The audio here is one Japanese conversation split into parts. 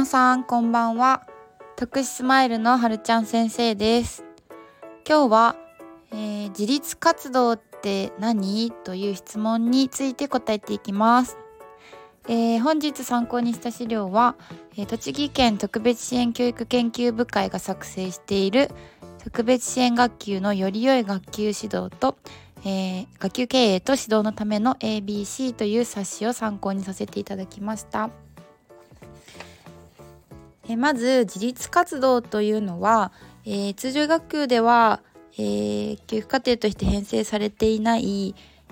皆さんこんばんは。徳祉スマイルのはるちゃん先生です。今日は、自立活動って何という質問について答えていきます。本日参考にした資料は、栃木県特別支援教育研究部会が作成している特別支援学級のより良い学級指導と、学級経営と指導のための ABC という冊子を参考にさせていただきました。まず自立活動というのは、通常学級では、教育課程として編成されていない、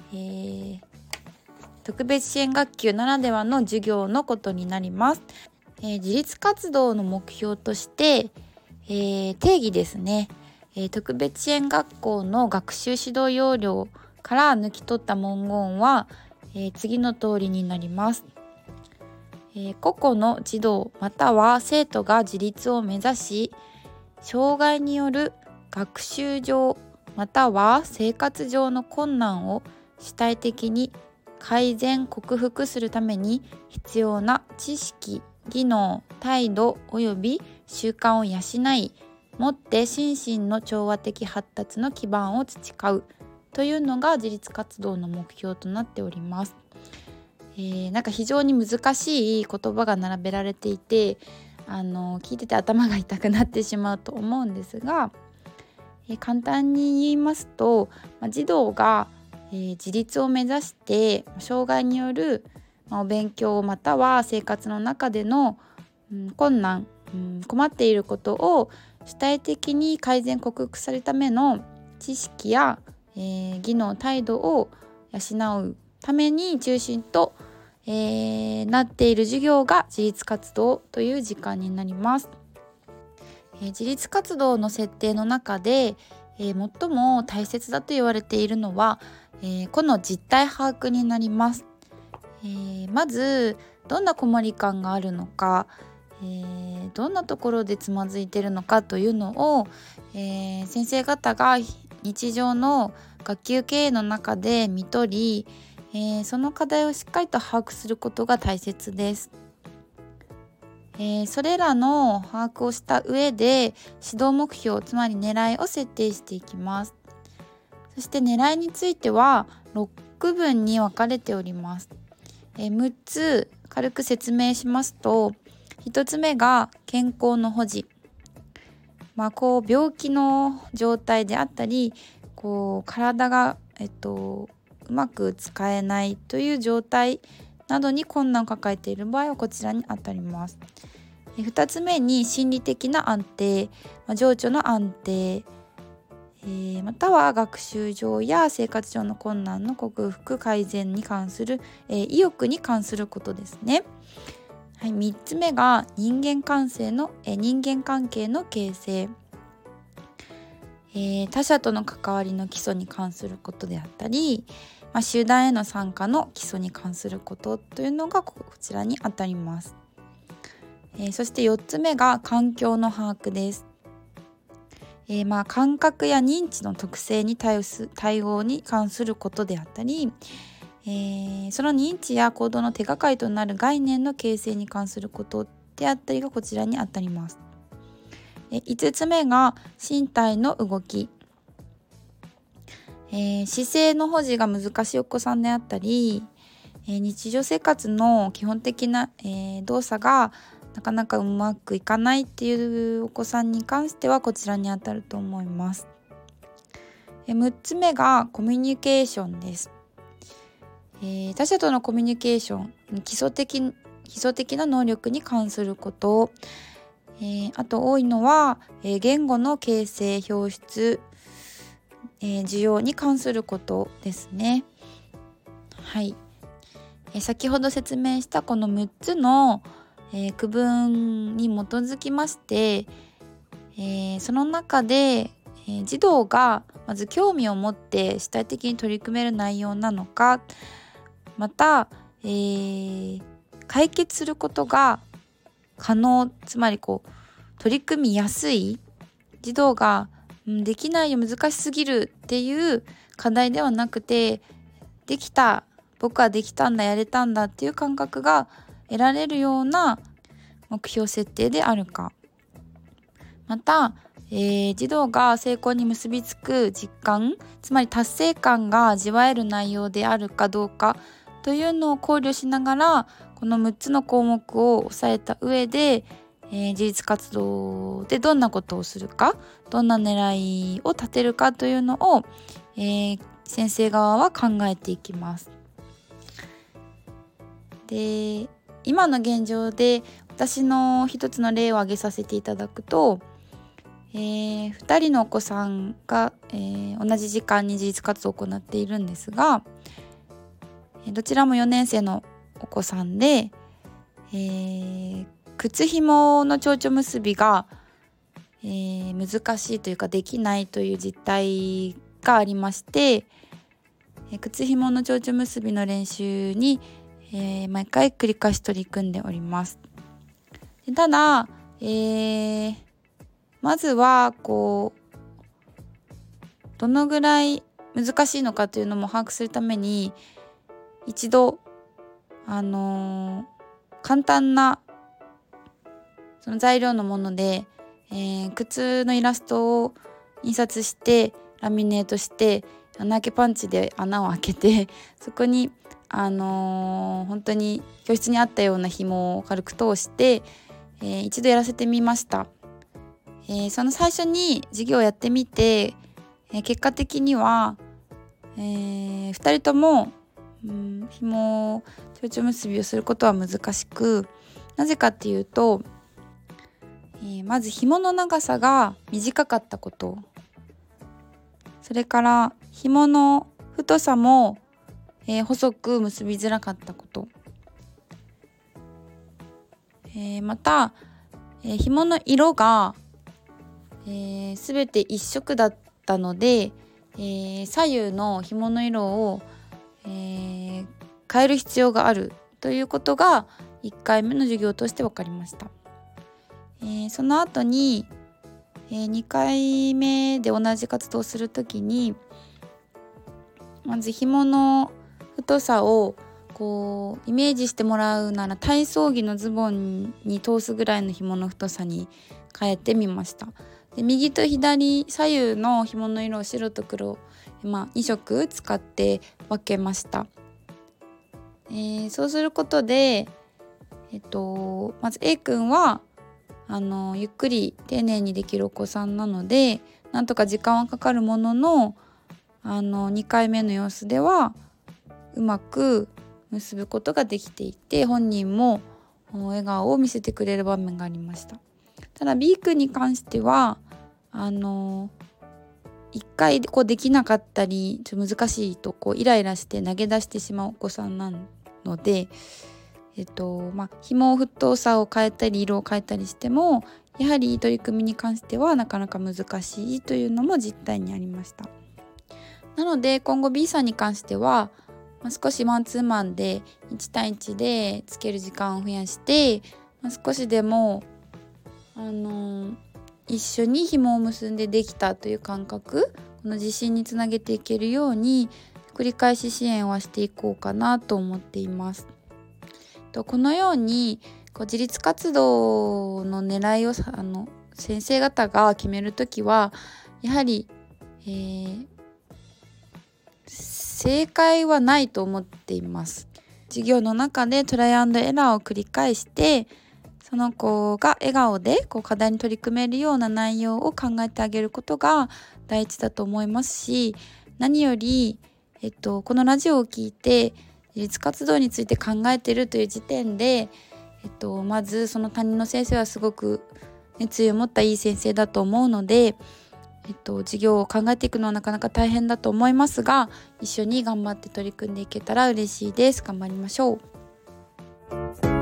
特別支援学級ならではの授業のことになります。自立活動の目標として、定義ですね。特別支援学校の学習指導要領から抜き取った文言は、次の通りになります。個々の児童または生徒が自立を目指し、障害による学習上または生活上の困難を主体的に改善・克服するために必要な知識、技能、態度および習慣を養い、もって心身の調和的発達の基盤を培うというのが自立活動の目標となっております。なんか非常に難しい言葉が並べられていて、聞いてて頭が痛くなってしまうと思うんですが、簡単に言いますと、児童が、自立を目指して障害による、お勉強または生活の中での、困難、困っていることを主体的に改善克服するための知識や、技能態度を養うために中心と、なっている授業が自立活動という時間になります。自立活動の設定の中で、最も大切だと言われているのは、個の実態把握になります。まずどんな困り感があるのか、どんなところでつまずいているのかというのを、先生方が日常の学級経営の中で見取り、その課題をしっかりと把握することが大切です。それらの把握をした上で指導目標、つまり狙いを設定していきます。そして狙いについては6区分に分かれております。6つ軽く説明しますと、1つ目が健康の保持、病気の状態であったり、体が、うまく使えないという状態などに困難を抱えている場合はこちらにあたります。2つ目に心理的な安定、情緒の安定、または学習上や生活上の困難の克服改善に関する、意欲に関することですね。3つ目が人間関係の形成、他者との関わりの基礎に関することであったり、集団への参加の基礎に関することというのがこちらにあたります。そして4つ目が環境の把握です。感覚や認知の特性に対応に関することであったり、その認知や行動の手がかりとなる概念の形成に関することであったりがこちらにあたります。5つ目が身体の動き、姿勢の保持が難しいお子さんであったり、日常生活の基本的な、動作がなかなかうまくいかないっていうお子さんに関してはこちらにあたると思います。6つ目がコミュニケーションです。他者とのコミュニケーション、基礎的な能力に関すること、あと多いのは、言語の形成・表出、需要に関することですね。先ほど説明したこの6つの、区分に基づきまして、その中で、児童がまず興味を持って主体的に取り組める内容なのか、また、解決することが可能、つまり取り組みやすい、児童ができないよ、難しすぎるっていう課題ではなくて、できた、僕はできたんだ、やれたんだっていう感覚が得られるような目標設定であるか、また、児童が成功に結びつく実感、つまり達成感が味わえる内容であるかどうかというのを考慮しながら、この6つの項目を押さえた上で、自立活動でどんなことをするか、どんな狙いを立てるかというのを、先生側は考えていきます。で、今の現状で私の一つの例を挙げさせていただくと、2人のお子さんが、同じ時間に自立活動を行っているんですが、どちらも4年生のお子さんで、靴紐の蝶々結びが、難しいというかできないという実態がありまして、靴紐の蝶々結びの練習に、毎回繰り返し取り組んでおります。でただ、まずはどのぐらい難しいのかというのも把握するために、一度簡単なその材料のもので、靴のイラストを印刷してラミネートして穴開けパンチで穴を開けて、そこに本当に教室にあったような紐を軽く通して、一度やらせてみました。その最初に授業をやってみて、結果的には、2人とも、紐蝶々結びをすることは難しく、なぜかっていうと、まず紐の長さが短かったこと、それから紐の太さも、細く結びづらかったこと、また、紐の色が全て一色だったので、左右の紐の色を、変える必要があるということが1回目の授業として分かりました。その後に、2回目で同じ活動をするときに、まず紐の太さをイメージしてもらうなら、体操着のズボンに通すぐらいの紐の太さに変えてみました。で、右と左左右の紐の色を白と黒、2色使って分けました。そうすることで、まず A 君はゆっくり丁寧にできるお子さんなので、なんとか時間はかかるものの、2回目の様子ではうまく結ぶことができていて、本人も笑顔を見せてくれる場面がありました。ただ B 君に関しては1回できなかったり、ちょっと難しいとイライラして投げ出してしまうお子さんなので、紐太さを変えたり色を変えたりしても、やはり取り組みに関してはなかなか難しいというのも実態にありました。なので今後 B さんに関しては、少しマンツーマンで1対1でつける時間を増やして、少しでも一緒に紐を結んでできたという感覚、この自信につなげていけるように繰り返し支援はしていこうかなと思っています。このように自立活動の狙いを先生方が決めるときは、やはり、正解はないと思っています。授業の中でトライアンドエラーを繰り返して、その子が笑顔で課題に取り組めるような内容を考えてあげることが第一だと思いますし、何より、このラジオを聞いて自立活動について考えているという時点で、まずその担任の先生はすごく熱意を持ったいい先生だと思うので、授業を考えていくのはなかなか大変だと思いますが、一緒に頑張って取り組んでいけたら嬉しいです。頑張りましょう。